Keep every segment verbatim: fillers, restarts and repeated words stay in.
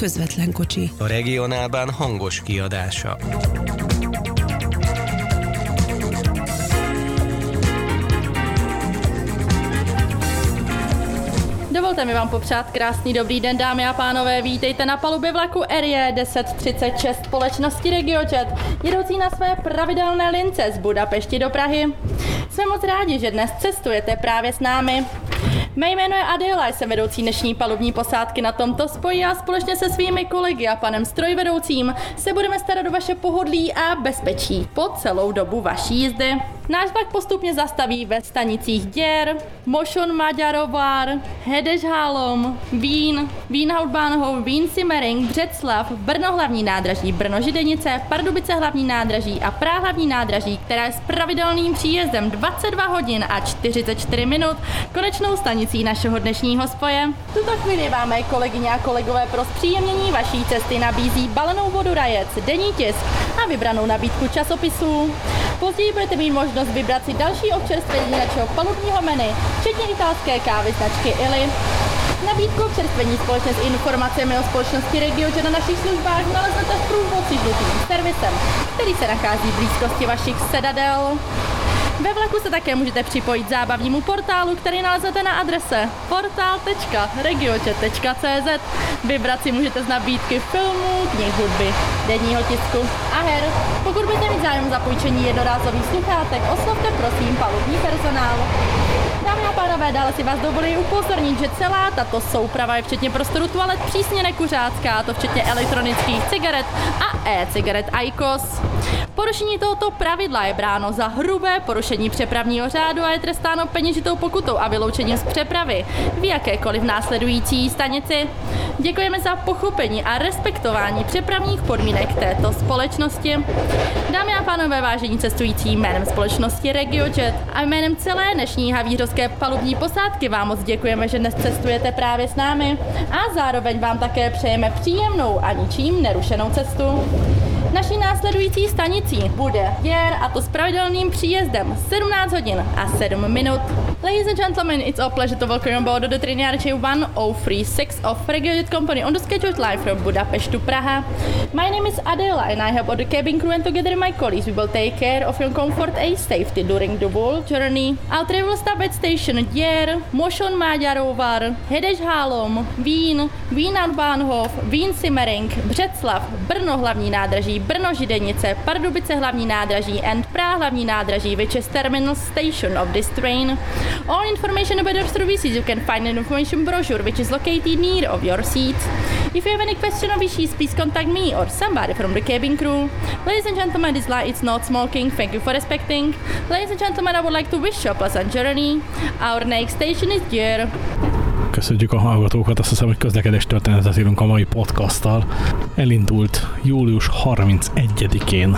közvetlen kocsi. A regionálban hangos kiadása. Dovolte mi vám popřát krásný dobrý den, dámy a pánové, vítejte na palubě vlaku R J deset třicet šest společnosti RegioJet, jedoucí na své pravidelné lince z Budapešti do Prahy. Jsme moc rádi, že dnes cestujete právě s námi. Mé jméno je Adela, jsem vedoucí dnešní palubní posádky na tomto spoji a společně se svými kolegy a panem strojvedoucím se budeme starat o vaše pohodlí a bezpečí po celou dobu vaší jízdy. Náš vlak postupně zastaví ve stanicích Děr, Mošon Magyarovár, Hedešhálom, Vín, Vínhautbahnhof, Vín Simmering, Břeclav, Brno hlavní nádraží, Brno Židenice, Pardubice hlavní nádraží a Praha hlavní nádraží, která je s pravidelným příjezdem dvacet dva hodin a čtyřicet čtyři minut konečnou stanicí našeho dnešního spoje. V tuto chvíli vám mé kolegyně a kolegové pro zpříjemnění vaší cesty nabízí balenou vodu Rajec, denní tisk a vybranou nabídku časopisů. Později budete mít možnost vybrat si další občerstvení našeho palubního menu, včetně italské kávy značky Illy. Nabídku občerstvení společně s informacemi o společnosti RegioJet na našich službách naleznete v průvodci žlutým servisem, který se nachází v blízkosti vašich sedadel. Ve vlaku se také můžete připojit zábavnímu portálu, který naleznete na adrese portál tečka regiojet tečka cé zet. Vybrat si můžete z nabídky filmů, knih, hudby, denního tisku a her. Pokud budete mít zájem za půjčení jednorázových sluchátek, oslovte prosím palubní personál. Dámy a pánové, dále si vás dovolí upozornit, že celá tato souprava je včetně prostoru toalet přísně nekuřácká, a to včetně elektronických cigaret a e-cigaret IQOS. Porušení tohoto pravidla je bráno za hrubé porušení přepravního řádu a je trestáno peněžitou pokutou a vyloučením z přepravy v jakékoliv následující stanici. Děkujeme za pochopení a respektování přepravních podmínek této společnosti. Dámy a pánové, vážení cestující, jménem společnosti RegioJet a jménem celé dnešní havířovské palubní posádky vám moc děkujeme, že dnes cestujete právě s námi a zároveň vám také přejeme příjemnou a ničím nerušenou cestu. Naší následující stanicí bude Děr, a to s pravidelným příjezdem sedmnáct hodin a sedm minut. Ladies and gentlemen, it's our pleasure to welcome you on board the train R J one oh three six of RegioJet Company on the scheduled line from Budapest to Praha. My name is Adela and I help all the cabin crew, and together my colleagues we will take care of your comfort and safety during the whole journey. Our train will stop at station Děr, Mošon Magyarovár, Hedešhálom, Vín, Vínhautbahnhof, Vín Simmering, Břeclav, Brno hlavní nádraží, Brno Židenice, Pardubice hlavní nádraží and Praha hlavní nádraží, which is terminal station of this train. All information about our services you can find in information brochure which is located near of your seat. If you have any question or wishes, please contact me or somebody from the cabin crew. Ladies and gentlemen, this light is not smoking. Thank you for respecting. Ladies and gentlemen, I would like to wish you a pleasant journey. Our next station is Győr. Köszönjük a hallgatókat, azt hiszem, hogy közlekedés történetet írunk a mai podcasttal. Elindult július harmincegyedikén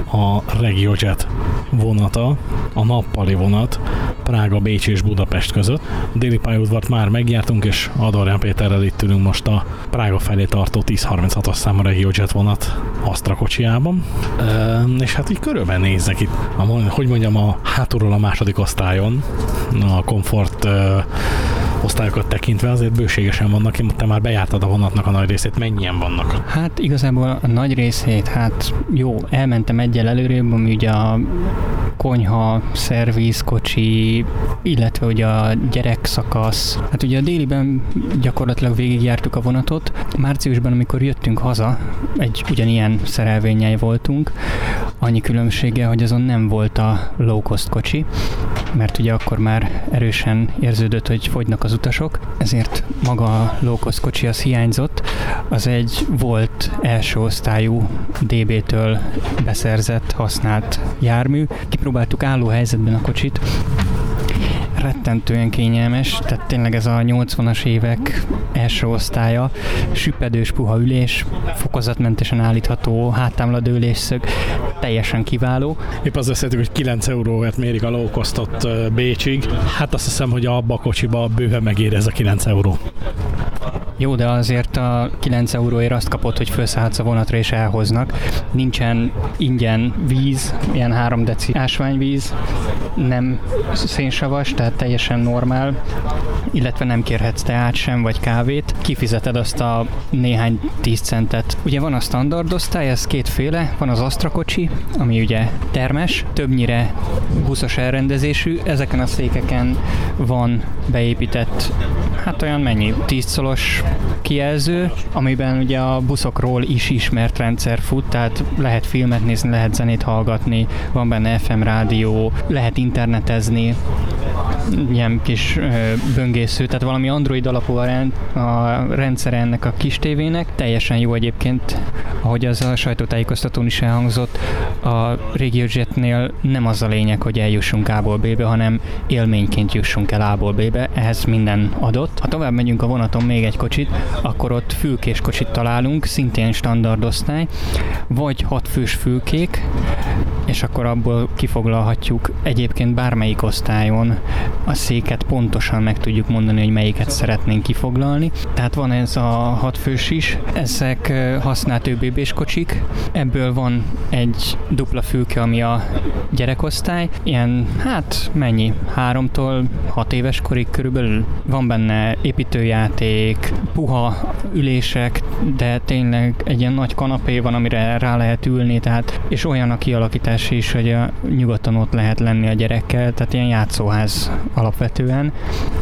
a RegioJet vonata, a nappali vonat Prága, Bécs és Budapest között. A déli pályaudvart már megjártunk, és Adorján Péterrel itt ülünk most a Prága felé tartó tíz harminchatos számú RegioJet vonat Astra kocsijában. E, és hát így körülben nézzek itt, a, hogy mondjam, a hátulról a második osztályon, a komfort e, osztályokat tekintve azért bőségesen vannak. Te már bejártad a vonatnak a nagy részét, mennyien vannak? Hát igazából a nagy részét, hát jó, elmentem egyel előrébb, ami ugye a konyha, szerviz, kocsi, illetve ugye a gyerekszakasz. Hát ugye a déliben gyakorlatilag végigjártuk a vonatot. Márciusban, amikor jöttünk haza, egy ugyanilyen szerelvénnyel voltunk, annyi különbsége, hogy azon nem volt a low cost kocsi, mert ugye akkor már erősen érződött, hogy fogynak az utasok, ezért maga a low cost kocsi az hiányzott. Az egy volt első osztályú dé bé-től beszerzett, használt jármű. Kipróbáltuk álló helyzetben a kocsit, rettentően kényelmes, tehát tényleg ez a nyolcvanas évek első osztálya, süppedős puha ülés, fokozatmentesen állítható háttámla ülésszög, teljesen kiváló. Épp azt beszéltük, hogy kilenc euróért mérik a low costot Bécsig, hát azt hiszem, hogy abba a kocsiba bőven megér ez a kilenc euró. Jó, de azért a kilenc euróért azt kapod, hogy felszállhatsz a vonatra és elhoznak. Nincsen ingyen víz, ilyen három deci ásványvíz, nem szénsavas, tehát teljesen normál, illetve nem kérhetsz teát sem, vagy kávét. Kifizeted azt a néhány tíz centet. Ugye van a standard osztály, ez kétféle, van az Astra kocsi, ami ugye termes, többnyire buszos elrendezésű, ezeken a székeken van beépített, hát olyan mennyi, tíz szolos kijelző, amiben ugye a buszokról is ismert rendszer fut, tehát lehet filmet nézni, lehet zenét hallgatni, van benne ef em rádió, lehet internetezni, ilyen kis ö, böngésző, tehát valami Android alapú a, rend, a rendszer ennek a kis tévének. Teljesen jó egyébként, ahogy az a sajtótájékoztatón is elhangzott, a RegioJetnél nem az a lényeg, hogy eljussunk A-ból B-be, hanem élményként jussunk el A-ból B-be, ehhez minden adott. Ha tovább megyünk a vonaton még egy kocsit, akkor ott fülkés kocsit találunk, szintén standard osztály, vagy hat fős fülkék, és akkor abból kifoglalhatjuk egyébként bármelyik osztályon a széket, pontosan meg tudjuk mondani, hogy melyiket szeretnénk kifoglalni. Tehát van ez a hat fős is, ezek használt ÖBB-s kocsik, ebből van egy dupla fülke, ami a gyerekosztály, ilyen, hát mennyi, háromtól hat éves korig körülbelül. Van benne építőjáték, puha ülések, de tényleg egy ilyen nagy kanapé van, amire rá lehet ülni, tehát, és olyan a kialakítás is, hogy a, nyugodtan ott lehet lenni a gyerekkel, tehát ilyen játszóház alapvetően.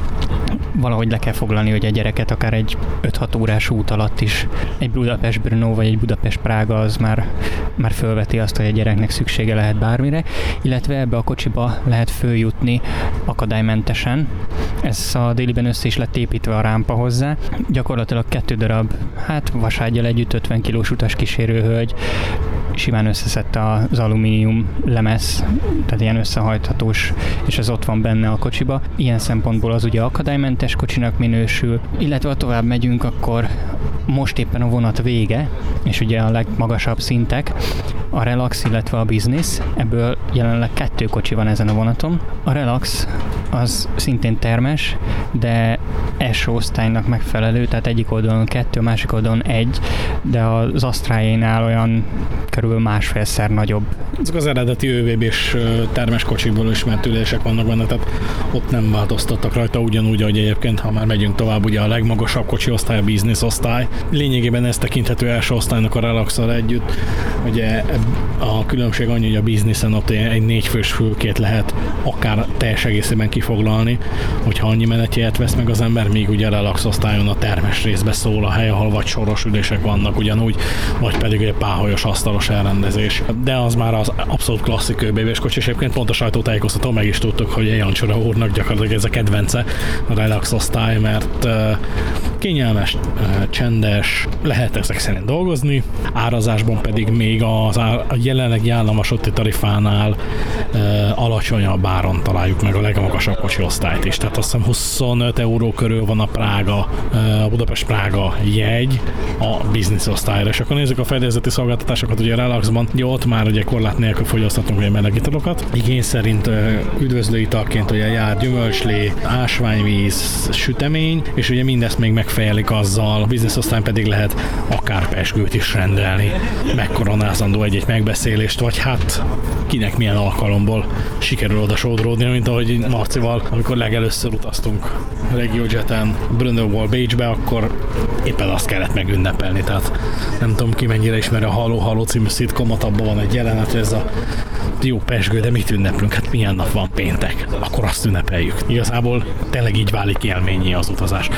Valahogy le kell foglalni, hogy a gyereket akár egy öt-hat órás út alatt is egy Budapest-Brno vagy egy Budapest-Prága az már, már fölveti azt, hogy a gyereknek szüksége lehet bármire, illetve ebbe a kocsiba lehet följutni akadálymentesen. Ez a déliben össze is lett építve a rámpa hozzá. Gyakorlatilag kettő darab, hát vasággyal együtt ötven kilós utas kísérőhölgy simán összeszedte az alumínium lemez, tehát ilyen összehajthatós, és ez ott van benne a kocsiba. Ilyen szempontból az ugye akadálymentes kocsinak minősül, illetve ha tovább megyünk, akkor most éppen a vonat vége, és ugye a legmagasabb szintek, a Relax, illetve a Business, ebből jelenleg kettő kocsi van ezen a vonaton. A Relax az szintén termes, de első osztálynak megfelelő, tehát egyik oldalon kettő, másik oldalon egy, de az Astraénál olyan körülbelül másfélszer nagyobb. Ezek az eredeti ÖVB-s termes kocsikból ismert ülések vannak benne, tehát ott nem változtattak rajta, ugyanúgy, ahogy egyébként, ha már megyünk tovább, ugye a legmagasabb kocsi osztály, a Business osztály. Lényegében ez tekinthető első osztálynak a Relax-szal együtt. Ugye a különbség annyi, hogy a Businessen ott egy négyfős fülkét lehet akár teljes egészében kifoglalni, hogyha annyi menetjegyet vesz meg az ember, míg ugye a Relax osztályon a termes részbe szól a hely, ahol vagy soros ülések vannak ugyanúgy, vagy pedig egy páholyos asztalos elrendezés. De az már az abszolút klasszik ÖBB-s kocsi, és egyébként pont a sajtótájékoztatón meg is tudtuk, hogy Jancsora úrnak gyakorlatilag ez a kedvence a Relax osztály, mert uh, kényelmes, uh, csendes, lehet ezek szerint dolgozni, árazásban pedig még az á, a jelenlegi államosodti tarifánál uh, alacsonyabb áron találjuk meg a legmagasabb kocsi osztályt is. Tehát azt hiszem huszonöt euró körül van a Prága, uh, a Budapest-Prága jegy a business osztályra. És akkor nézzük a fedélzeti szolgáltatásokat, ugye a Relaxban, ugye ott már ugye korlát nélkül fogyasztatunk ugye meleg italokat. Igény szerint uh, üdvözlőitalként ugye jár gyümölcslé, ásványvíz, sütemény, és ugye mindezt még megfejelik azzal, a business osztályon pedig lehet akár pezsgőt is rendelni, megkoronázandó egy-egy megbeszélést, vagy hát kinek milyen alkalomból sikerül oda sodródni, mint ahogy Marcival, amikor legelőször utaztunk RegioJeten Brnoból Bécsbe, akkor éppen azt kellett megünnepelni, tehát nem tudom ki mennyire ismeri a Halló Halló című szitkomot, abban van egy jelenet, hogy ez a jó pezsgő, de mit ünneplünk? Hát milyen nap van, péntek? Akkor azt ünnepeljük. Igazából tényleg így válik élményé az utazás.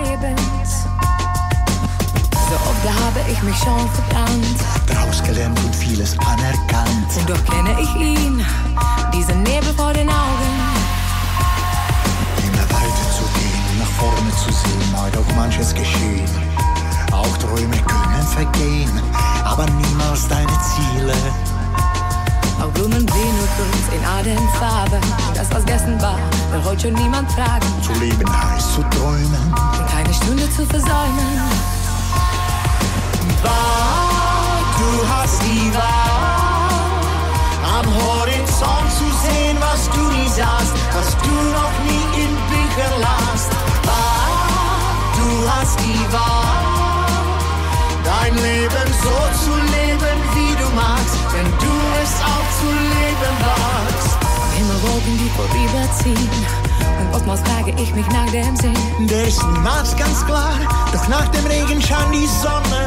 So oft habe ich mich schon verbrannt, draus gelernt und vieles anerkannt. Und doch kenne ich ihn, diesen Nebel vor den Augen. Immer weiter zu gehen, nach vorne zu sehen, heute auch manches geschehen. Auch Träume können vergehen, aber niemals deine Ziele. Auch Blumen blühen nur kurz in Ademfarben. Das, was gestern war, will heute schon niemand fragen. Zu leben heißt zu träumen und keine Stunde zu versäumen. Wahr, du hast die Wahl, am Horizont zu sehen, was du nie sahst, was du noch nie in Büchern las. Wahr, du hast die Wahl, dein Leben so zu leben, wie du magst, wenn du es auch zu leben wagst. Am Himmel, wo Wolken, die vorüberziehen. Im Kosmos frage ich mich nach dem Sinn. Der ist niemals ganz klar, doch nach dem Regen scheint die Sonne.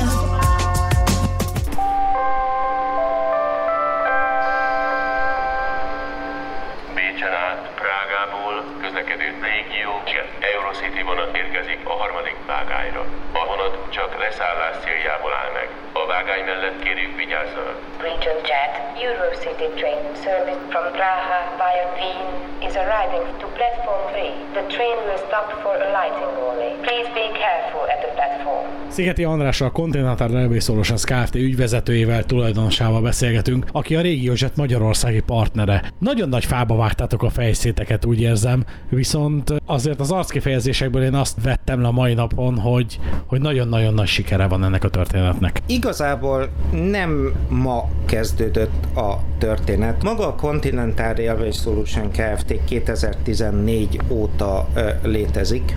Bécsen át Prágából közlekedő RegioJet Eurocity vonat érkezik a harmadik vágályra. A vonat csak leszállás céljából áll meg. A vágány mellett kérjük vigyázzanak. RegioJet Eurocity train service from Praha via Wien is arriving to platform three. The train will stop for alighting only. Please be careful at the platform. Szigeti Andrással, a Continental Railway Solutions Kft. Ügyvezetőjével, tulajdonosával beszélgetünk, aki a RegioJet magyarországi partnere. Nagyon nagy fába vágtátok a fejszéteket, úgy érzem, viszont azért az arckifejezésekből én azt vettem le a mai napon, hogy, hogy nagyon-nagyon nagy sikere van ennek a történetnek. Igazából nem ma kezdődött a történet. Maga a Continental Railway Solutions Kft. kétezer-tizennégy óta ö, létezik,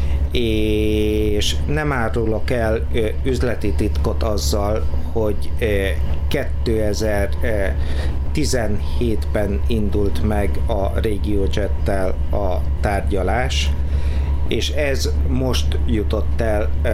és nem árulok el ö, üzleti titkot azzal, hogy ö, kétezer-tizenhétben indult meg a RegioJettel a tárgyalás, és ez most jutott el uh,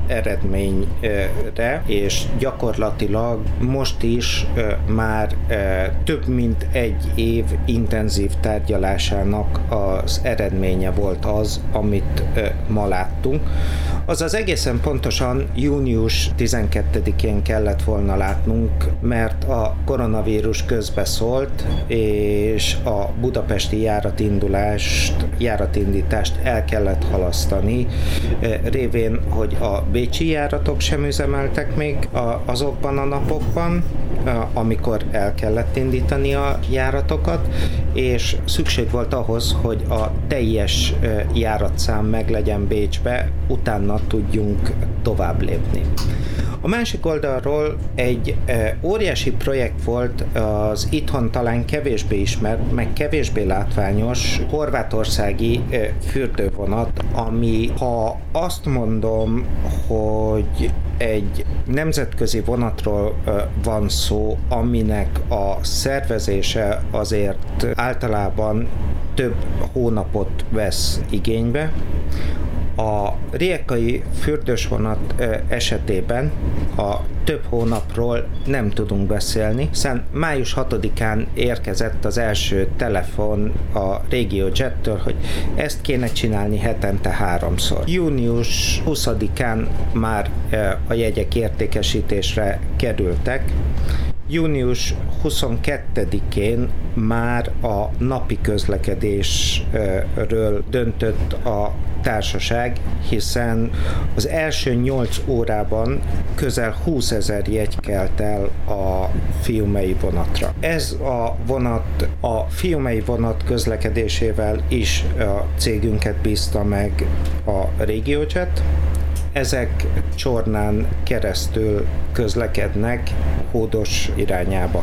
eredményre, és gyakorlatilag most is uh, már uh, több mint egy év intenzív tárgyalásának az eredménye volt az, amit uh, ma láttunk. Azaz egészen pontosan június tizenkettedikén kellett volna látnunk, mert a koronavírus közbeszólt, és a budapesti járatindulást, járatindítást el kellett halasztani, révén, hogy a bécsi járatok sem üzemeltek még azokban a napokban, amikor el kellett indítani a járatokat, és szükség volt ahhoz, hogy a teljes járatszám meglegyen Bécsbe, utána tudjunk tovább lépni. A másik oldalról egy e, óriási projekt volt az itthon talán kevésbé ismert, meg kevésbé látványos horvátországi e, fürdővonat, ami, ha azt mondom, hogy egy nemzetközi vonatról e, van szó, aminek a szervezése azért általában több hónapot vesz igénybe. A rijeka-i fürdősvonat esetében a több hónapról nem tudunk beszélni, hiszen május hatodikán érkezett az első telefon a RegioJettől, hogy ezt kéne csinálni hetente háromszor. június huszadikán már a jegyek értékesítésre kerültek, június huszonkettedikén már a napi közlekedésről döntött a társaság, hiszen az első nyolc órában közel húszezer jegy kelt el a fiumei vonatra. Ez a vonat, a fiumei vonat közlekedésével is a cégünket bízta meg a RegioJet. Ezek Csornán keresztül közlekednek Hódos irányába.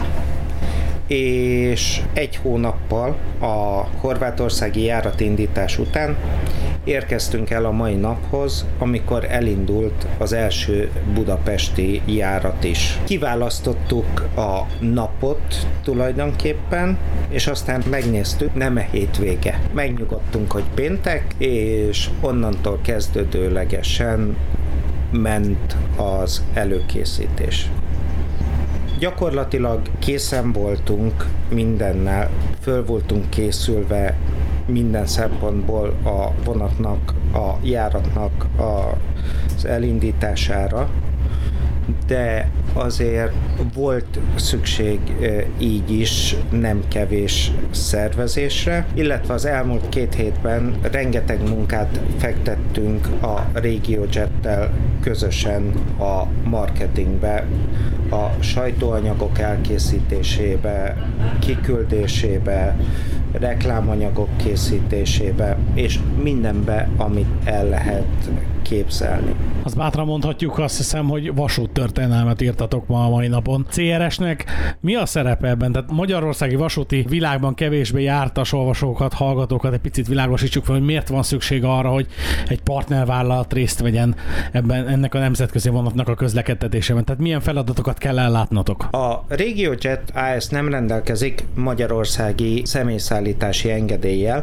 És egy hónappal a horvátországi járatindítás után érkeztünk el a mai naphoz, amikor elindult az első budapesti járat is. Kiválasztottuk a napot tulajdonképpen, és aztán megnéztük, nem-e hétvége. Megnyugodtunk, hogy péntek, és onnantól kezdődőlegesen ment az előkészítés. Gyakorlatilag készen voltunk mindennel, föl voltunk készülve minden szempontból a vonatnak, a járatnak az elindítására, de azért volt szükség így is nem kevés szervezésre, illetve az elmúlt két hétben rengeteg munkát fektettünk a RegioJettel közösen a marketingbe, a sajtóanyagok elkészítésébe, kiküldésébe, reklámanyagok készítésébe, és mindenbe, amit el lehet képzelni. Azt bátran mondhatjuk, azt hiszem, hogy vasúttörténelmet írtatok ma a mai napon. cé er es-nek mi a szerepe ebben? Tehát magyarországi vasúti világban kevésbé jártas olvasókat, hallgatókat egy picit világosítsuk fel, hogy miért van szükség arra, hogy egy partnervállalat részt vegyen ebben, ennek a nemzetközi vonatnak a közlekedtetésében. Tehát milyen feladatokat kell ellátnotok? A RegioJet á es nem rendelkezik magyarországi személyszállítási engedéllyel,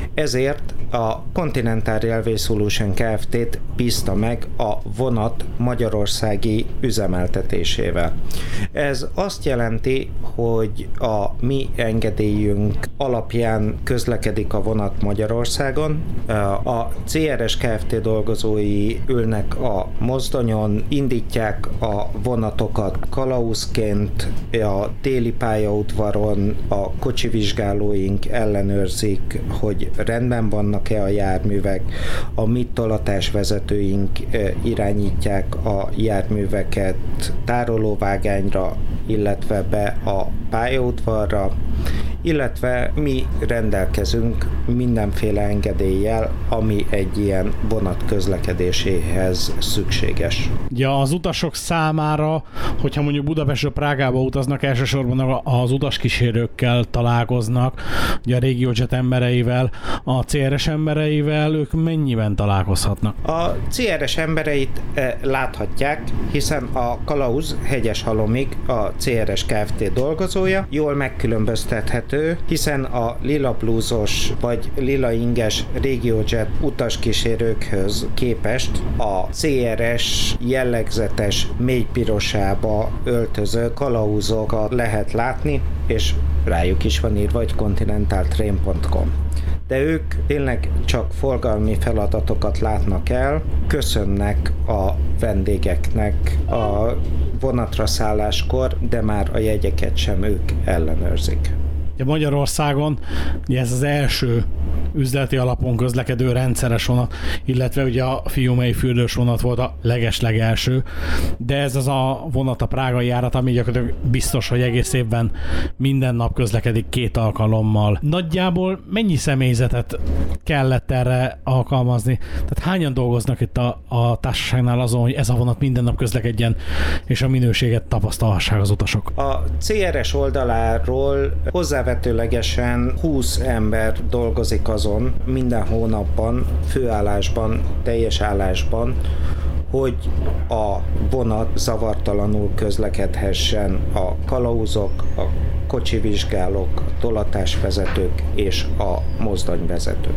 ezért a Continental Railway Solution Kft-t bízta meg a vonat magyarországi üzemeltetésével. Ez azt jelenti, hogy a mi engedélyünk alapján közlekedik a vonat Magyarországon. A cé er es Kft. Dolgozói ülnek a mozdonyon, indítják a vonatokat kalauzként, a téli pályaudvaron a kocsivizsgálóink ellenőrzik, hogy rendben vannak-e a járművek, a mi tolatásvezetőink irányítják a járműveket tárolóvágányra, illetve be a pályaudvarra, illetve mi rendelkezünk mindenféle engedéllyel, ami egy ilyen vonat közlekedéséhez szükséges. Ja, az utasok számára, hogyha mondjuk Budapestről Prágába utaznak, elsősorban az utaskísérőkkel találkoznak, ugye a RegioJet embereivel, a cé er es embereivel, ők mennyiben találkozhatnak? A cé er es embereit e, láthatják, hiszen a kalauz Hegyeshalomig a cé er es Kft. Dolgozója, jól megkülönböztethető, hiszen a lila blúzos vagy lila inges RegioJet utaskísérőkhöz képest a cé er es jellegzetes mélypirosába öltözött kalauzokat lehet látni, és rájuk is van írva, hogy continental train pont com. De ők tényleg csak forgalmi feladatokat látnak el, köszönnek a vendégeknek a vonatra szálláskor, de már a jegyeket sem ők ellenőrzik. Magyarországon ugye ez az első üzleti alapon közlekedő rendszeres vonat, illetve ugye a fiumei fürdős vonat volt a leges-legelső, de ez az a vonat, a prágai járat, ami gyakorlatilag biztos, hogy egész évben minden nap közlekedik két alkalommal. Nagyjából mennyi személyzetet kellett erre alkalmazni? Tehát hányan dolgoznak itt a, a társaságnál azon, hogy ez a vonat minden nap közlekedjen, és a minőséget tapasztalhassák az utasok? A cé er es oldaláról hozzávetőlegesen húsz ember dolgozik azon minden hónapban, főállásban, teljes állásban, hogy a vonat zavartalanul közlekedhessen a kalauzok, a kocsivizsgálók, a tolatásvezetők és a mozdonyvezetők.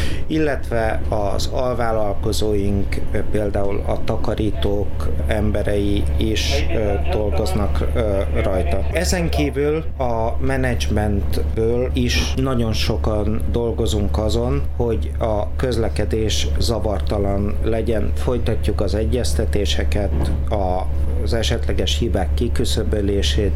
Illetve az alvállalkozóink, például a takarítók emberei is ö, dolgoznak ö, rajta. Ezen kívül a menedzsmentből is nagyon sokan dolgozunk azon, hogy a közlekedés zavartalan legyen. Folytatjuk az egyeztetéseket, a, az esetleges hibák kiküszöbölését,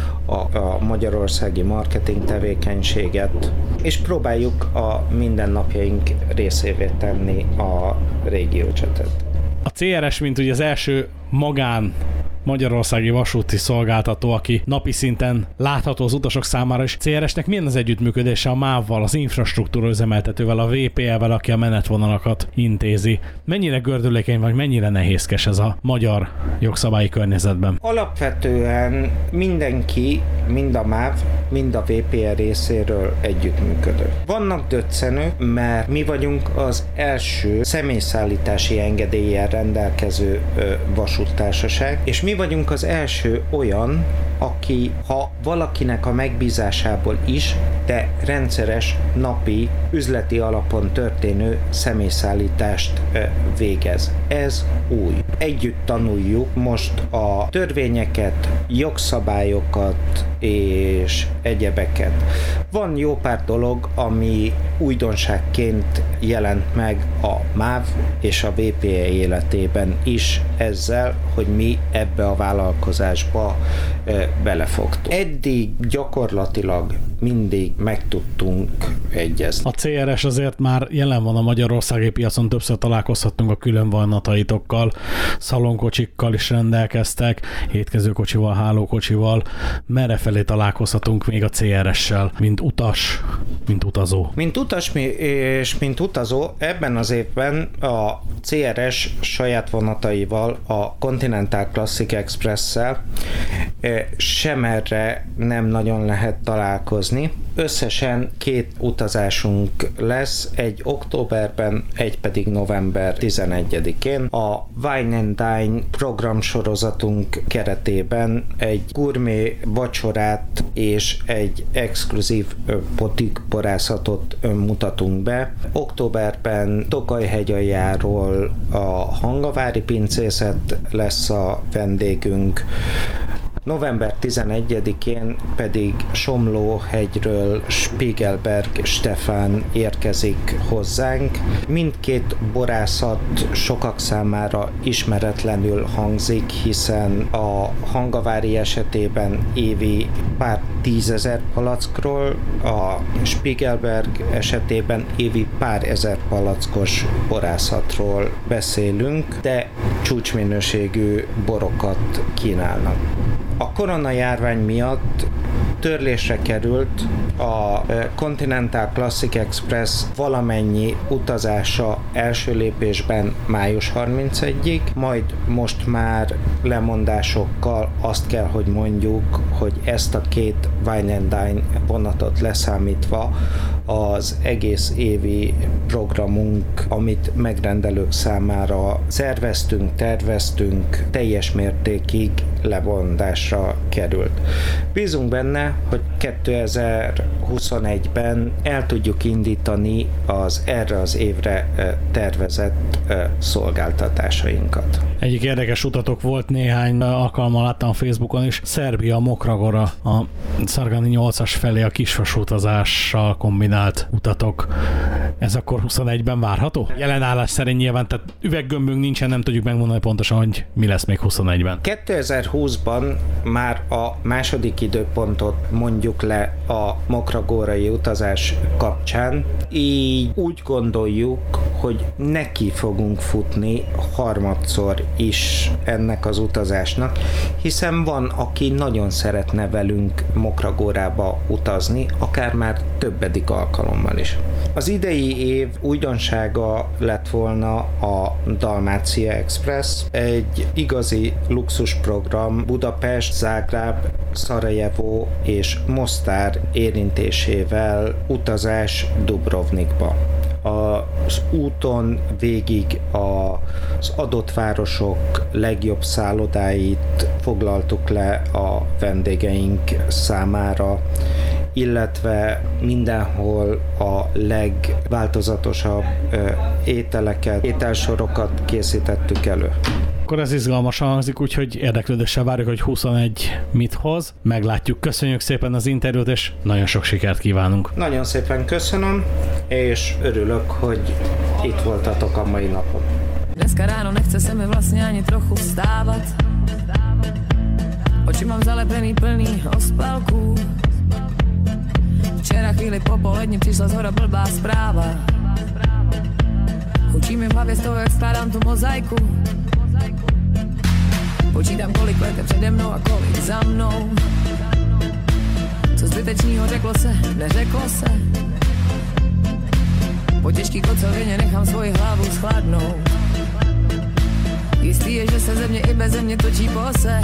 A, a magyarországi marketing tevékenységet, és próbáljuk a mindennapjaink részévé tenni a RegioJetet. A cé er es, mint ugye az első magán magyarországi vasúti szolgáltató, aki napi szinten látható az utasok számára, és cé er es-nek milyen az együttműködése a MÁV-val, az infrastruktúra üzemeltetővel, a vé pé el-vel, aki a menetvonalakat intézi. Mennyire gördülékeny vagy mennyire nehézkes ez a magyar jogszabályi környezetben? Alapvetően mindenki, mind a MÁV, mind a vé pé el részéről együttműködő. Vannak döccenők, mert mi vagyunk az első személyszállítási engedéllyel rendelkező ö, vasúttársaság, és mi vagyunk az első olyan, aki, ha valakinek a megbízásából is, de rendszeres napi üzleti alapon történő személyszállítást végez. Ez új. Együtt tanuljuk most a törvényeket, jogszabályokat és egyebeket. Van jó pár dolog, ami újdonságként jelent meg a MÁV és a vé pé el életében is ezzel, hogy mi ebbe a vállalkozásba belefogtunk. Eddig gyakorlatilag mindig meg tudtunk egyezni. A cé er es azért már jelen van a magyarországi piacon, többször találkozhattunk a külön vonataitokkal, szalonkocsikkal is rendelkeztek, étkezőkocsival, hálókocsival. Merre felé találkozhatunk még a cé er es-sel, mint utas, mint utazó? Mint utas és mint utazó ebben az évben a cé er es saját vonataival, a Continental Classic Express-szel sem erre nem nagyon lehet találkozni. Összesen két utazásunk lesz, egy októberben, egy pedig november tizenegyedikén. A Wine and Dine programsorozatunk keretében egy gurmé vacsorát és egy exkluzív botik borászatot mutatunk be. Októberben Tokaj-hegyaljáról a Hangavári pincészet lesz a vendégünk, november tizenegyedikén pedig Somlóhegyről Spiegelberg Stefán érkezik hozzánk. Mindkét borászat sokak számára ismeretlenül hangzik, hiszen a Hangavári esetében évi pár tízezer palackról, a Spiegelberg esetében évi pár ezer palackos borászatról beszélünk, de csúcsminőségű borokat kínálnak. A koronajárvány miatt törlésre került a Continental Classic Express valamennyi utazása első lépésben május harmincegyedikéig, majd most már lemondásokkal azt kell, hogy mondjuk, hogy ezt a két Wine and Dine vonatot leszámítva az egész évi programunk, amit megrendelők számára szerveztünk, terveztünk, teljes mértékig lemondásra került. Bízunk benne, hogy kétezer-huszonegyben el tudjuk indítani az erre az évre tervezett szolgáltatásainkat. Egyik érdekes utatok volt, néhány alkalommal láttam a Facebookon is, Szerbia, Mokragora, a Szargani nyolcas felé a kisvasutazással kombinált utatok. Ez akkor huszonegyben várható? Jelenállás szerint nyilván, tehát üveggömbünk nincsen, nem tudjuk megmondani pontosan, hogy mi lesz még huszonegyben. kétezer-húszban már a második időpontot mondjuk le a mokragórai utazás kapcsán, így úgy gondoljuk, hogy neki fogunk futni harmadszor is ennek az utazásnak, hiszen van, aki nagyon szeretne velünk Mokragórába utazni, akár már többedik alkalommal is. Az idei év újdonsága lett volna a Dalmácia Express, egy igazi luxusprogram Budapest, Zágráb, Szarajevó és Mostár érintésével utazás Dubrovnikba. Az úton végig az adott városok legjobb szállodáit foglaltuk le a vendégeink számára, illetve mindenhol a legváltozatosabb ételeket, ételsorokat készítettük elő. Akkor ez izgalmasan hangzik, úgyhogy érdeklődéssel várjuk, hogy huszonegy mit hoz. Meglátjuk. Köszönjük szépen az interjút, és nagyon sok sikert kívánunk. Nagyon szépen köszönöm, és örülök, hogy itt voltatok a mai napon. Dneska ráno nechce se mi vlastně ani trochu vstávat. Oči mám zalepený plný ospalků. Včera chvíli po poledni přišla zhora blbá zpráva. Hučí mi v hlavě z toho, jak skládám tu mozaiku. Počítám, kolik let je přede mnou a kolik za mnou. Co zbytečnýho řeklo se, neřeklo se. Po těžký kocovině nechám svoji hlavu schladnout. Jistý je, že se ze mě i beze mě točí pose.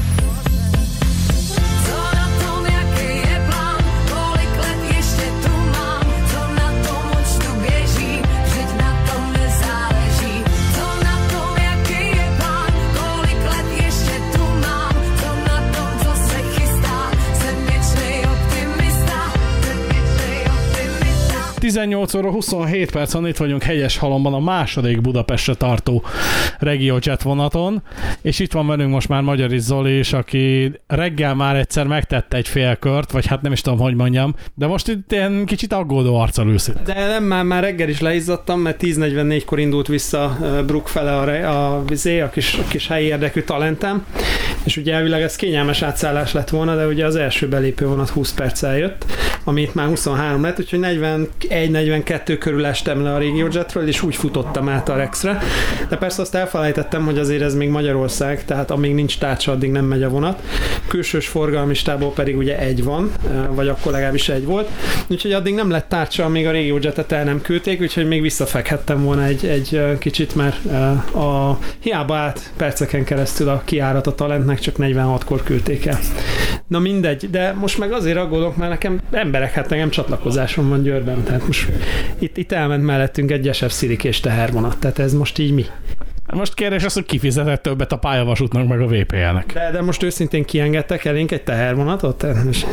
tizennyolc óra huszonhét percen itt vagyunk Hegyeshalomban a második Budapestre tartó RegioJet vonaton, és itt van velünk most már Magyari Zoli is, aki reggel már egyszer megtette egy félkört, vagy hát nem is tudom, hogy mondjam, de most itt ilyen kicsit aggódó arccal ülsz. De nem, már, már reggel is leizzadtam, mert tíz negyvennégykor indult vissza Brook fele a, a, a, a kis, a kis helyi érdekű talentem, és ugye elvileg ez kényelmes átszállás lett volna, de ugye az első belépő vonat húsz perccel jött, amit már huszonhárom lett, úgyhogy negyvenegy negyvenkettő körül estem le a RegioJetről, és úgy futottam át a Rexre. De persze azt elfelejtettem, hogy azért ez még Magyarország, tehát amíg nincs tárcsa, addig nem megy a vonat. Külsős forgalmistából pedig ugye egy van, vagy akkor legalábbis egy volt. Úgyhogy addig nem lett tárcsa, amíg a RegioJetet el nem küldték, úgyhogy még visszafekhettem volna egy, egy kicsit, mert a hiába állt perceken keresztül a kiárat a Talentnek, csak negyvenhatkor küldték el. Na mindegy, de most meg azért aggódok, mert nekem emberek, hát nekem csatlakozásom van Győrben, tehát most itt, itt elment mellettünk egy es ef szirikés tehervonat, tehát ez most így mi? Most kérdés az, hogy kifizetett többet a pályavasútnak meg a vé pé el-nek. De, de most őszintén kiengedtek elénk egy tehervonatot?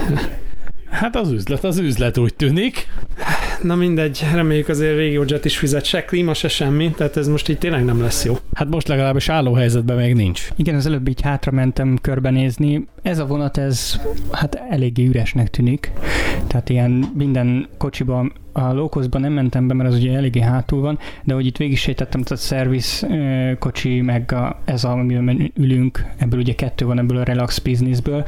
Hát az üzlet, az üzlet úgy tűnik. Na mindegy, reméljük azért RegioJet is fizet, se klíma, se semmi, tehát ez most így tényleg nem lesz jó. Hát most legalábbis álló helyzetben még nincs. Igen, az előbb így hátra mentem körbenézni. Ez a vonat, ez hát eléggé üresnek tűnik. Tehát ilyen minden kocsiban, a low-costban nem mentem be, mert az ugye eléggé hátul van, de hogy itt végig sétettem, tehát a szerviz kocsi, meg a, ez, amiben ülünk, ebből ugye kettő van ebből a relax businessből.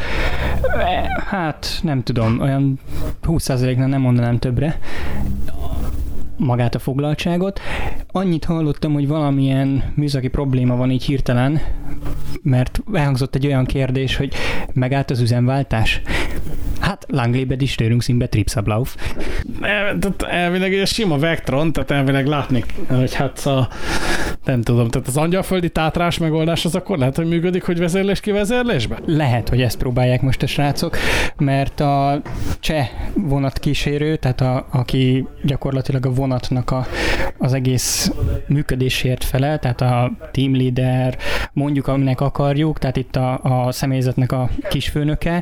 Hát nem tudom, olyan húsz százaléknál nem mondanám többre magát a foglaltságot. Annyit hallottam, hogy valamilyen műszaki probléma van így hirtelen, mert elhangzott egy olyan kérdés, hogy megállt az üzemváltás. Hát Langleybe is Störungszinbe Tripsablauf. Elvileg egy sima Vectron, tehát elvileg látni, hogy hát a, nem tudom, tehát az angyalföldi tátrás megoldás az akkor lehet, hogy működik, hogy vezérlés kivezérlésbe? Lehet, hogy ezt próbálják most a srácok, mert a cseh vonatkísérő, tehát a, aki gyakorlatilag a vonatnak a, az egész működésért felel, tehát a team leader, mondjuk aminek akarjuk, tehát itt a, a személyzetnek a kisfőnöke,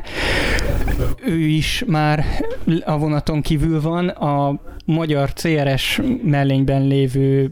ő is már a vonaton kívül van, a magyar cé er es mellényben lévő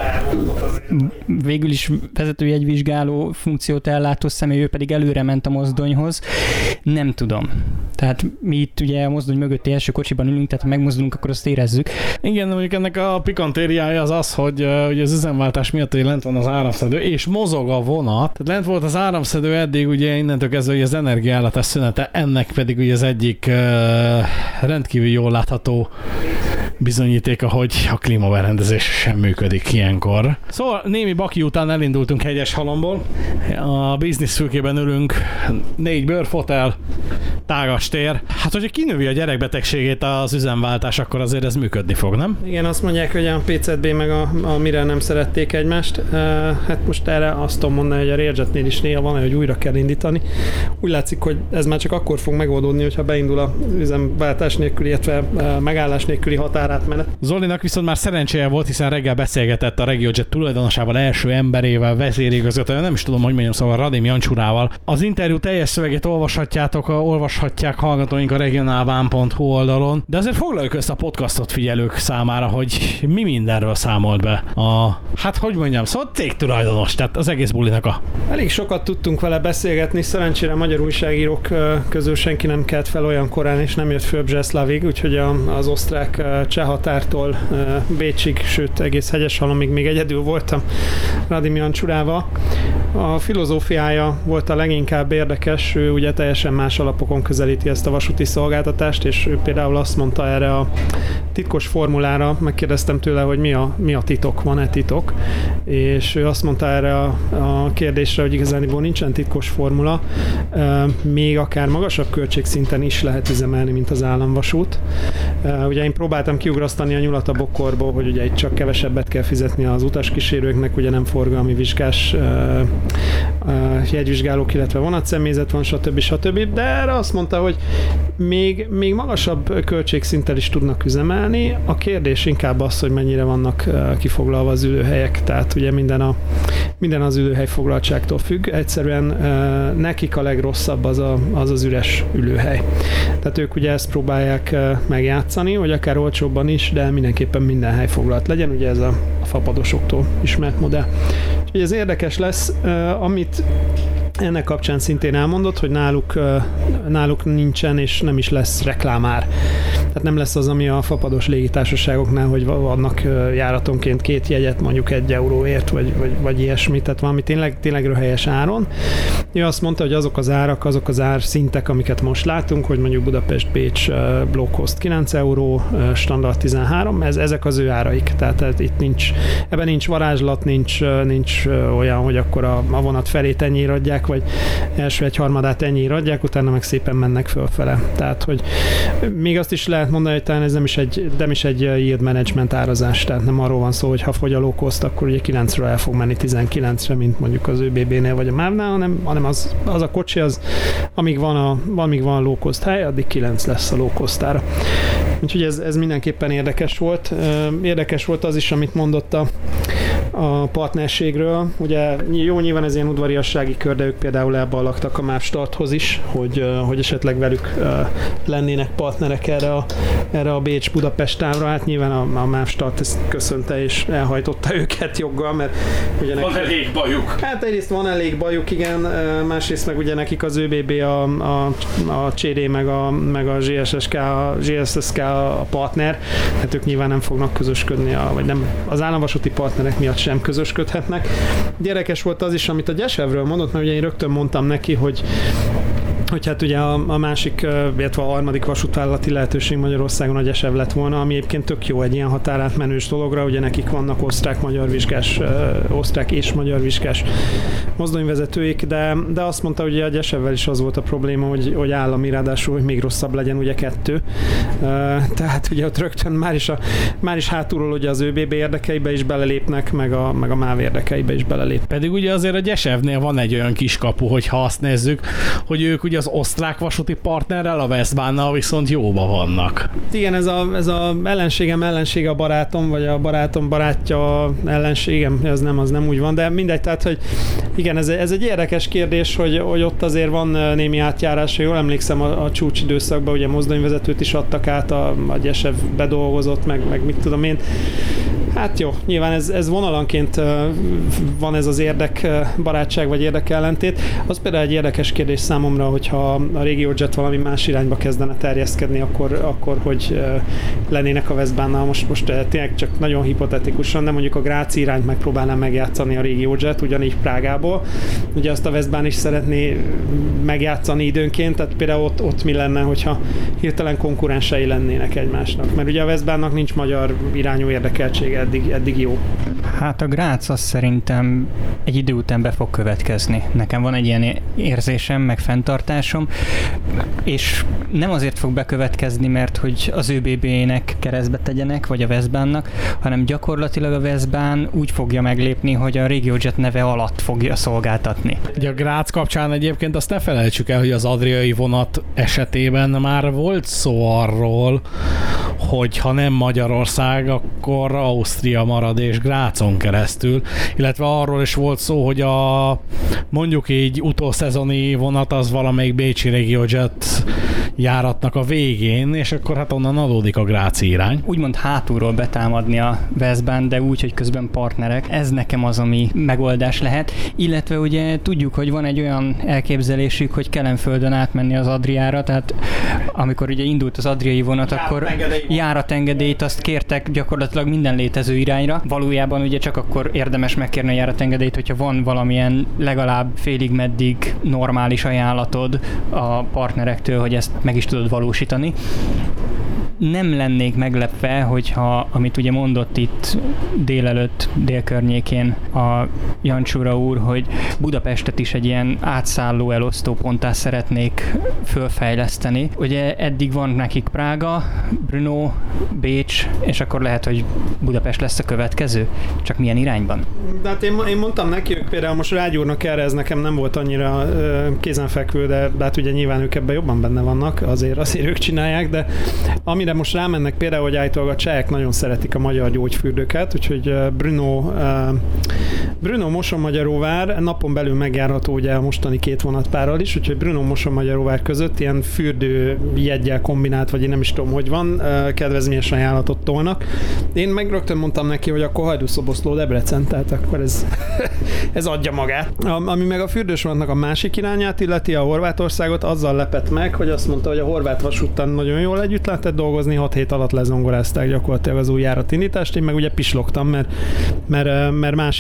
végül is vezetőjegyvizsgáló funkciót ellátó személy, ő pedig előre ment a mozdonyhoz. Nem tudom. Tehát mi itt ugye a mozdony mögötti első kocsiban ülünk, tehát ha megmozdulunk, akkor azt érezzük. Igen, mondjuk ennek a pikantériája az az, hogy ugye az üzemváltás miatt hogy lent van az áramszedő, és mozog a vonat. Tehát lent volt az áramszedő eddig, ugye innentől kezdve, hogy az energiaellátás szünete, ennek pedig ugye az egyik uh, rendkívül jól látható bizonyítéka, hogy a klímaberendezés sem működik ilyenkor. Szóval némi baki után elindultunk hegyes halomból. A business fülkében ülünk, négy bőrfotel, tágas tér. Hát, hogyha kinövi a gyerekbetegségét az üzemváltás, akkor azért ez működni fog, nem? Igen, azt mondják, hogy a pé cé bé meg a, a mire nem szerették egymást. Uh, hát most erre azt tudom mondani, hogy a RegioJetnél is néha van, hogy újra kell indítani. Úgy látszik, hogy ez már csak akkor fog megoldódni, hogyha beindul az üzemváltás nélküli, illetve uh, megállás nélküli határátmenet. Zolinak viszont már szerencséje volt, hiszen reggel beszélgetett a RegioJet tulajdonosával, első emberével, vezérigazgatóval, nem is tudom, hogy mondjam, szóval Radim Jancsurával. Az interjú teljes szövegét olvashatjátok, olvashatják hallgatóink a regionalban pont hu oldalon, de azért foglaljuk össze a podcastot figyelők számára, hogy mi mindenről számolt be a, hát hogy mondjam, szóval cégtulajdonos, tehát az egész bulinak a... Elég sokat tudtunk vele beszélgetni, szerencsére magyar újságírók közül senki nem kelt fel olyan korán, és nem jött föl Břeclavig, úgyhogy az osztrák cseh határtól Bécsig, sőt egész Hegyeshalomig még egyedül voltam Radim Jancsurával. A filozófiája volt a leginkább érdekes, ő ugye teljesen más alapokon közelíti ezt a vasúti szolgáltatást, és ő például azt mondta erre a titkos formulára, megkérdeztem tőle, hogy mi a, mi a titok, van-e titok, és ő azt mondta erre a, a kérdésre, hogy igazániból nincsen titkos formula, még akár magasabb költségszinten is lehet üzemelni, mint az államvasút. Ugye én próbáltam kiugrasztani a nyulat a bokorból, hogy ugye itt csak kevesebbet kell fizetni az utaskísérőknek, ugye nem forgalmi vizsgás jegyvizsgálók, illetve vonatszemélyzet van, stb. stb. De erre azt mondta, hogy még, még magasabb költségszinttel is tudnak üzemelni. A kérdés inkább az, hogy mennyire vannak kifoglalva az ülőhelyek. Tehát ugye minden, a, minden az ülőhely foglaltságtól függ. Egyszerűen nekik a legrosszabb az, a, az az üres ülőhely. Tehát ők ugye ezt próbálják megjátszani, hogy akár olcsóbban is, de mindenképpen minden hely foglalt legyen. Ugye ez a, a fapadosoktól ismert modell. Úgyhogy ez érdekes lesz, amit ennek kapcsán szintén elmondott, hogy náluk, náluk nincsen és nem is lesz reklámár. Tehát nem lesz az, ami a fapados légitársaságoknál, hogy vannak járatonként két jegyet mondjuk egy euróért, vagy, vagy, vagy ilyesmi, tehát valami tényleg, tényleg röhelyes áron. ő azt mondta, hogy azok az árak, azok az ár szintek, amiket most látunk, hogy mondjuk Budapest-Bécs low cost kilenc euró, standard tizenhárom, ez, ezek az ő áraik. Tehát ez, itt nincs, ebben nincs varázslat, nincs, nincs olyan, hogy akkor a, a vonat felét ennyire adják, vagy első egy harmadát ennyire adják, utána meg szépen mennek fölfele. Tehát, hogy még azt is lehet mondani, hogy talán ez nem is egy, nem is egy yield management árazás, tehát nem arról van szó, hogy ha fogy a low cost, akkor ugye kilencről el fog menni tizenkilencre, mint mondjuk az ÖBB-nél vagy a MÁV-nál, hanem, hanem az, az a kocsi, az, amíg van a, amíg van a low cost hely, addig kilenc lesz a low cost ára. Úgyhogy ez, ez mindenképpen érdekes volt. Érdekes volt az is, amit mondott a, a partnerségről. Ugye jó, nyilván ez ilyen udvariassági kör, de ők például elballagtak a MÁV Starthoz is, hogy, hogy esetleg velük lennének partnerek erre a, erre a Bécs-Budapest távra. Hát nyilván a, a MÁV Start ezt köszönte és elhajtotta őket joggal, mert ugye van nekik, elég bajuk. Hát egyrészt van elég bajuk, igen, másrészt meg ugye nekik az ÖBB a, a, a cé dé meg a, meg a gé es es ká, a gé es es ká a partner, hát ők nyilván nem fognak közösködni, a, vagy nem, az államvasúti partnerek miatt sem közösködhetnek. Érdekes volt az is, amit a Gyesevről mondott, mert ugye én rögtön mondtam neki, hogy hogy hát ugye a, a másik, illetve a harmadik vasútvállalati lehetőség Magyarországon a Gyesev lett volna, ami egyébként tök jó egy ilyen határátmenős dologra, ugye nekik vannak osztrák-magyar vizsgás, osztrák és magyar vizsgás mozdonyvezetőik, de, de azt mondta, hogy a Gyesevvel is az volt a probléma, hogy, hogy állami, ráadásul, hogy még rosszabb legyen ugye kettő. Tehát ugye ott rögtön már is, a, már is hátulról ugye az ÖBB érdekeibe is belelépnek, meg a, meg a MÁV érdekeibe is belelép. Pedig ugye azért a Gyesevnél van egy olyan kiskapu, hogyha azt nézzük, hogy ők ugye az osztrák vasúti partnerrel, a Westbahnnal viszont jóba vannak. Igen, ez a, ez a ellenségem ellensége a barátom, vagy a barátom barátja ellenségem, ez nem, az nem úgy van, de mindegy, tehát, hogy igen, ez, ez egy érdekes kérdés, hogy, hogy ott azért van némi átjárás, jól emlékszem a, a csúcsidőszakban, ugye mozdonyvezetőt is adtak át, a, a Gyesev bedolgozott, meg, meg mit tudom én. Hát jó, nyilván ez, ez vonalanként van ez az érdekbarátság, vagy érdekellentét. Az például egy érdekes kérdés számomra, hogyha a RegioJet valami más irányba kezdene terjeszkedni, akkor, akkor hogy lennének a Westbahnnal. Most, most tényleg csak nagyon hipotetikusan, de mondjuk a Gráci irányt megpróbálnám megjátszani a RegioJet, ugyanígy Prágából. Ugye azt a Westbahn is szeretné megjátszani időnként, tehát például ott, ott mi lenne, hogyha hirtelen konkurensei lennének egymásnak. Mert ugye a Westbahnnak nincs magyar irányú érdekeltsége, eddig, eddig jó. Hát a Grác az szerintem egy idő után be fog következni. Nekem van egy ilyen érzésem, meg fenntartásom, és nem azért fog bekövetkezni, mert hogy az ÖBB-nek keresztbe tegyenek, vagy a Westbahnnak, hanem gyakorlatilag a Westbahn úgy fogja meglépni, hogy a RegioJet neve alatt fogja szolgáltatni. Ugye a Grác kapcsán egyébként azt ne felejtsük el, hogy az adriai vonat esetében már volt szó arról, hogy ha nem Magyarország, akkor Ausztria marad és Grácon keresztül, illetve arról is volt szó, hogy a mondjuk így utószezoni vonat az valamelyik bécsi RegioJet járatnak a végén, és akkor hát onnan adódik a gráci irány. Úgymond hátulról betámadni a Westbahn, de úgy, hogy közben partnerek. Ez nekem az, ami megoldás lehet. Illetve ugye tudjuk, hogy van egy olyan elképzelésük, hogy Kelenföldön átmenni az Adriára, tehát amikor ugye indult az adriai vonat, akkor járatengedélyt azt kértek gyakorlatilag minden létező irányra. Valójában ugye csak akkor érdemes megkérni a járatengedélyt, hogyha van valamilyen legalább félig meddig normális ajánlatod a partnerektől, hogy ezt meg is tudod valósítani. Nem lennék meglepve, hogyha, amit ugye mondott itt délelőtt, délkörnyékén a Jancsura úr, hogy Budapestet is egy ilyen átszálló elosztóponttá szeretnék fölfejleszteni. Ugye eddig van nekik Prága, Brno, Bécs, és akkor lehet, hogy Budapest lesz a következő. Csak milyen irányban? De hát én, én mondtam neki, ők például most rágyúrnak erre, ez nekem nem volt annyira ö, kézenfekvő, de hát ugye nyilván ők ebben jobban benne vannak, azért, azért ők csinálják, de amire most rámennek például, hogy állítólag a csehek nagyon szeretik a magyar gyógyfürdőket, úgyhogy Brno, Brno Moson-Magyaróvár napon belül megjárható ugye a mostani két vonatpárral is, úgyhogy Brno Moson-Magyaróvár között ilyen fürdő jeggyel kombinált, vagy én nem is tudom, hogy van, kedvezményes ajánlatot tolnak. Én meg rögtön mondtam neki, hogy akkor Hajdúszoboszló Debrecen, tehát akkor ez, ez adja magát. Ami meg a fürdős vonatnak a másik irányát illeti, a Horvátországot, azzal lepett meg, hogy azt mondta, hogy a horvát vasúttal nagyon jól együtt lehetett dolgozni, hat hét alatt lezongorázták gyakorlatilag az új járatindítást. Én meg ugye pislogtam, mert, mert, mert más irányokból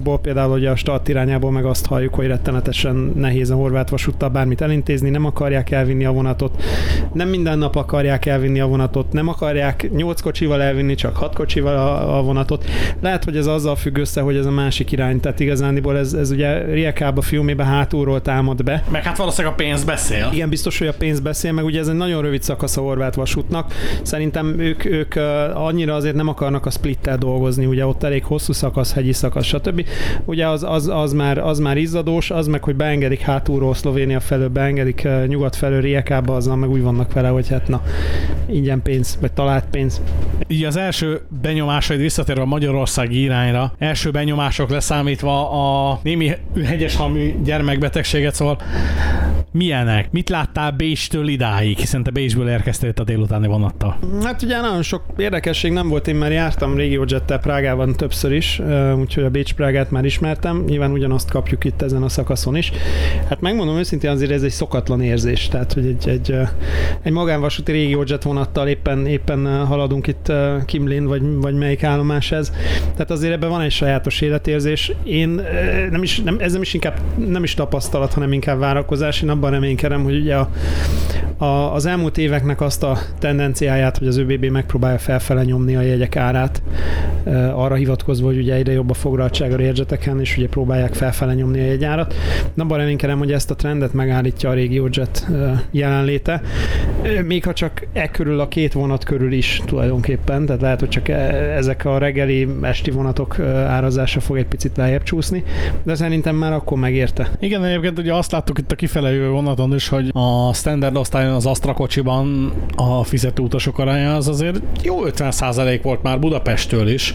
híradókból, például ugye a start irányából meg azt halljuk, hogy rettenetesen nehéz a horvát vasúttal bármit elintézni, nem akarják elvinni a vonatot, nem minden nap akarják elvinni a vonatot, nem akarják nyolc kocsival elvinni, csak hat kocsival a, a vonatot. Lehet, hogy ez azzal függ össze, hogy ez a másik irány, tehát igazániból ez, ez ugye Rijeka filmében hátulról támad be. Meg hát valószínűleg a pénz beszél. Igen, biztos, hogy a pénz beszél, meg ugye ez egy nagyon rövid szakasz a horvát vasútnak. Szerintem ők, ők annyira azért nem akarnak a splittel dolgozni, ugye ott elég hosszú szakasz, hegyi szakasz, stb. Ugye az, az, az, már, az már izzadós, az meg, hogy beengedik hátulról Szlovénia felől, beengedik nyugat felől Rijekába, azzal meg úgy vannak vele, hogy hát na, ingyen pénz, vagy talált pénz. Így az első benyomásaid visszatérve a magyarországi irányra, első benyomások leszámítva a némi hegyeshalmű gyermekbetegséget, szóval milyenek? Mit láttál Bécstől idáig? Hiszen te Bécsből érkeztél a délutáni vonattal. Hát ugye nagyon sok érdekesség nem volt, én már jártam RegioJettel Prágában többször is, úgyhogy a Bécs-Prágát már ismertem, nyilván ugyanazt kapjuk itt ezen a szakaszon is. Hát megmondom őszintén, azért ez egy szokatlan érzés, tehát hogy egy, egy, egy magánvasúti RegioJet vonattal éppen, éppen haladunk itt Kimlén, vagy, vagy melyik állomás ez. Tehát azért ebben van egy sajátos életérzés. Én nem is, nem, ez nem is inkább nem is tapasztalat, hanem inkább várakozás. Én abban reménykedem, hogy ugye a, a, az elmúlt éveknek azt a tendenciáját, hogy az ÖBB megpróbálja felfele nyomni a jegyek árát, arra hivatkozva, hogy ugye egyre jobb a foglaltság a RegioJeteken, és ugye próbálják felfele nyomni a jegyárat. Abban reménykedem, hogy ezt a trendet megállítja a RegioJet jelenléte. Még ha csak e körül, a két vonat körül is tulajdonképpen, tehát lehet, hogy csak ezek a reggeli, esti vonatok árazása fog egy picit lejjebb csúszni, de szerintem már akkor megérte. Igen, egyébként ugye azt láttuk itt a kifele jövő vonaton is, hogy a standard osztályon, az Astra kocsiban a fizető utasok aránya az azért jó ötven százalék volt már Budapesttől is,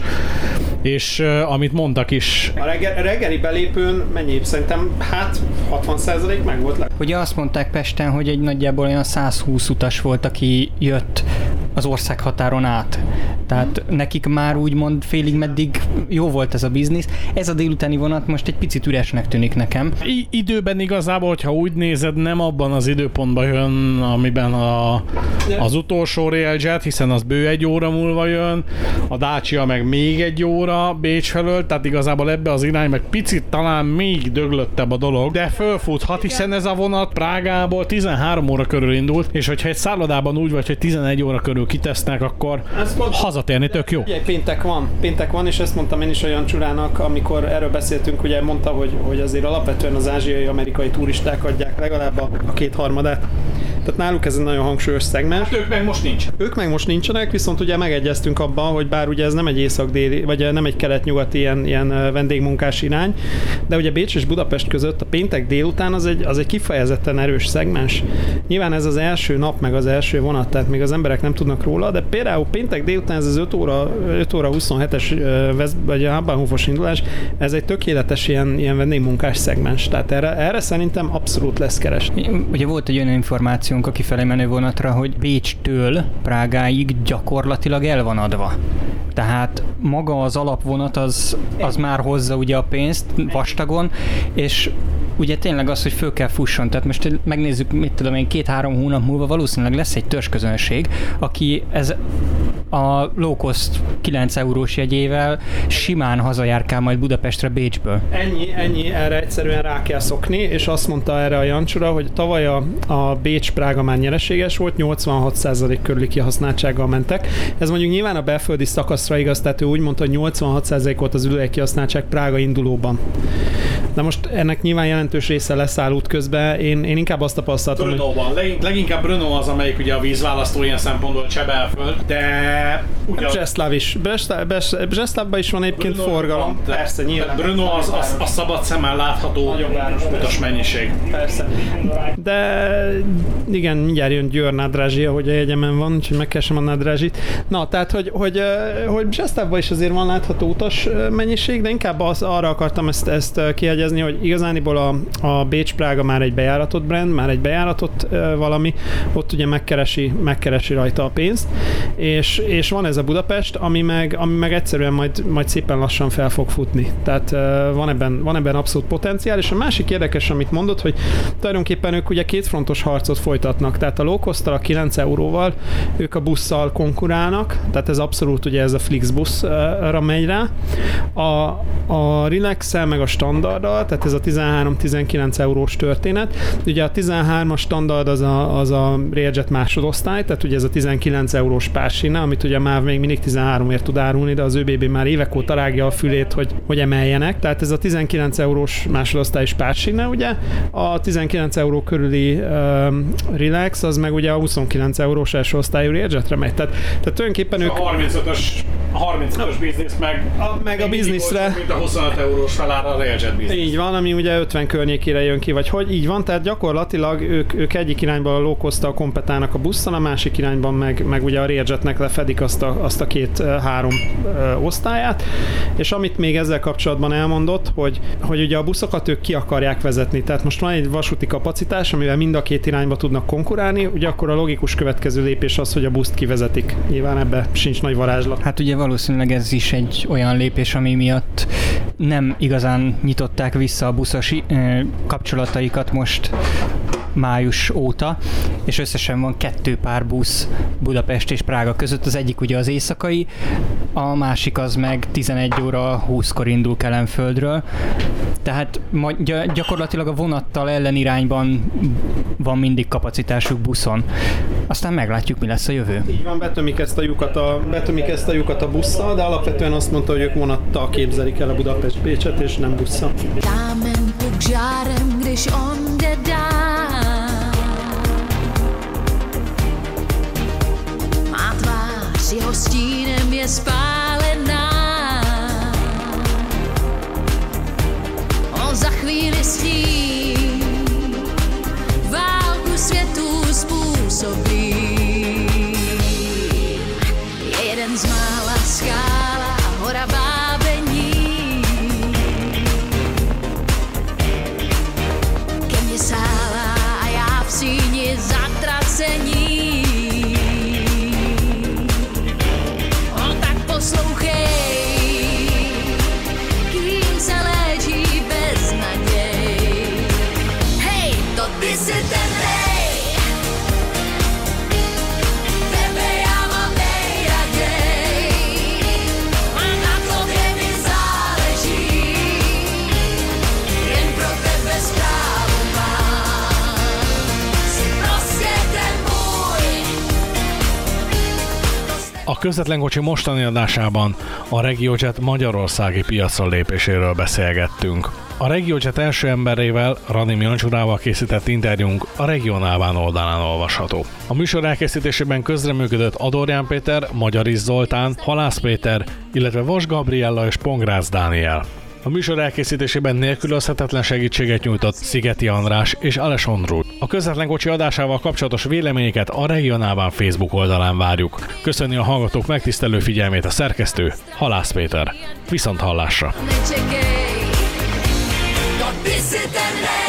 és uh, amit mondtak is. A reggel, reggeli belépőn mennyi? Szerintem hát hatvan százalék meg volt le. Ugye azt mondták Pesten, hogy egy nagyjából olyan száz húsz utas volt, aki jött az országhatáron át. Tehát hmm. nekik már úgymond félig meddig jó volt ez a biznisz. Ez a délutáni vonat most egy picit üresnek tűnik nekem. I- időben igazából, hogyha úgy nézed, nem abban az időpontban jön, amiben a, az utolsó RailJet, hiszen az bő egy óra múlva jön, a Dacia meg még egy óra Bécs felől, tehát igazából ebbe az irány meg picit talán még döglöttebb a dolog, de fölfuthat, hiszen ez a vonat Prágából tizenhárom óra körül indult, és hogyha egy szállodában úgy vagy, hogy tizenegy óra körül kitesznek, akkor hazatérni tök jó. Ugye, péntek van, péntek van, és ezt mondtam én is a Jancsurának, amikor erről beszéltünk, ugye mondta, hogy, hogy azért alapvetően az ázsiai, amerikai turisták adják legalább a, a kétharmadát. Tehát náluk ez egy nagyon hangsúlyos szegmens. Hát ők meg most nincs. Ők meg most nincsenek, viszont ugye megegyeztünk abban, hogy bár ugye ez nem egy észak-déli, vagy nem egy kelet-nyugati ilyen, ilyen vendégmunkás irány, de ugye Bécs és Budapest között a péntek délután az egy, az egy kifejezetten erős szegmens. Nyilván ez az első nap, meg az első vonat, tehát még az emberek nem tudnak róla, de például péntek délután ez az öt óra huszonhetes vagy a Hauptbahnhofos indulás, ez egy tökéletes ilyen, ilyen vendégmunkás szegmens. Tehát erre, erre szerintem abszolút lesz keresni. Ugye volt egy olyan információnk a kifelé menő vonatra, hogy Bécstől Prágáig gyakorlatilag el van adva. Tehát maga az alapvonat az, az már hozza ugye a pénzt vastagon, és ugye tényleg az, hogy föl kell fusson. Tehát most megnézzük, mit tudom én, két-három hónap múlva valószínűleg lesz egy törzsközönség, aki ez a low cost kilenc eurós jegyével simán hazajárkál majd Budapestre Bécsből. Ennyi, ennyi, erre egyszerűen rá kell szokni, és azt mondta erre a Jancsura, hogy tavaly a, a Bécs-Prága már nyereséges volt, nyolcvanhat százalék körüli kihasználtsággal mentek. Ez mondjuk nyilván a belföldi szakaszra igaz, tehát ő úgy mondta, hogy nyolcvanhat százalék volt az ülőhely kihasználtság Prága indulóban. De most ennek nyilván jelentős része leszáll útközben. Én, én inkább azt tapasztaltam, Brnóban. Hogy... Leginkább Brno az, amelyik ugye a vízválasztó ilyen szempontból Csebelföld, de... Ugye... Břeclav is. Břeclavban is van egyébként Brno forgalom. Van, persze, nyilván. Brno az, az a szabad szemmel látható utas mennyiség. Persze. De igen, mindjárt jön Győr Nádrazsi, ahogy a jegyemen van, úgyhogy megkeresem a Nádrazsit. Na, tehát, hogy, hogy, hogy Břeclavban is azért van látható utas mennyiség, de inkább az, arra akartam ezt, ezt kiegyezni, hogy igazániból a, a Bécs-Prága már egy bejáratott brand, már egy bejáratott uh, valami, ott ugye megkeresi, megkeresi rajta a pénzt, és, és van ez a Budapest, ami meg, ami meg egyszerűen majd, majd szépen lassan fel fog futni. Tehát van ebben, van ebben abszolút potenciál, és a másik érdekes, amit mondott, hogy tulajdonképpen ők ugye kétfrontos harcot folytatnak, tehát a low-cost-tal, a kilenc euróval ők a busszal konkurálnak, tehát ez abszolút ugye ez a Flixbuszra megy rá. A, a Relax-el meg a standarddal, tehát ez a tizenhárom-tizenkilenc eurós történet. Ugye a tizenhármas standard az a, az a Railjet másodosztály, tehát ugye ez a tizenkilenc eurós pársinne, amit ugye már még mindig tizenháromért tud árulni, de az ÖBB már évek óta rágja a fülét, hogy, hogy emeljenek. Tehát ez a tizenkilenc eurós másodosztályos pársinne, ugye a tizenkilenc euró körüli uh, Relax, az meg ugye a huszonkilenc eurós első osztályú Railjetre megy. Tehát, tehát tulajdonképpen ők... A harmincötös harmincötös biznisz meg a, meg a bizniszre, mint a huszonöt eurós felára a Railjet biznisz. Így van, ami ugye ötven környékére jön ki, vagy hogy így van, tehát gyakorlatilag ők, ők egyik irányban a low-cost-tal kompetálnak a busszal, a másik irányban meg, meg ugye a Railjetnek lefedik azt a, azt a két-három osztályát, és amit még ezzel kapcsolatban elmondott, hogy, hogy ugye a buszokat ők ki akarják vezetni, tehát most van egy vasúti kapacitás, amivel mind a két irányba tudnak konkurálni, ugye akkor a logikus következő lépés az, hogy a buszt kivezetik. Nyilván ebbe sincs nagy varázslat. Hát ugye valószínűleg ez is egy olyan lépés, ami miatt nem igazán nyitották vissza a buszos kapcsolataikat most május óta, és összesen van kettő pár busz Budapest és Prága között, az egyik ugye az éjszakai, a másik az meg tizenegy óra húszkor indul Kelenföldről, tehát gyakorlatilag a vonattal ellenirányban van mindig kapacitásuk buszon. Aztán meglátjuk, mi lesz a jövő. Így van, betömik ezt a lyukat a, betömik ezt a, lyukat a busszal, de alapvetően azt mondta, hogy ők vonattal képzelik el a Budapest-Pécset, és nem busszal. Kámen pod žárem, když on jde dál. Má tvář jeho stínem je spálená. On za chvíli sní válku světů způsobí. Je jeden z mála skála, hora bábení. Ke mně sála a já v síni zatracení. On tak poslouchej, kým se léčí beznaděj. Hej, to ty si ten rej. Tebe já mám nejraděj. Mám na tobě mi záleží. Jen pro tebe zprávu mám. Jsi prostě ten můj. A közvetlen kocsi mostani adásában a RegioJet magyarországi piacra lépéséről beszélgettünk. A RegioJet első emberével, Rani Miancsurával készített interjúnk a Regionálbán oldalán olvasható. A műsor elkészítésében közreműködött Adorján Péter, Magyarisz Zoltán, Halász Péter, illetve Vas Gabriella és Pongrácz Dániel. A műsor elkészítésében nélkülözhetetlen segítséget nyújtott Szigeti András és Alessandro. A közvetlen kocsi adásával kapcsolatos véleményeket a Regionálbán Facebook oldalán várjuk. Köszöni a hallgatók megtisztelő figyelmét a szerkesztő, Halász Péter. Viszont hallásra! Nečekej, to ty si ten rej.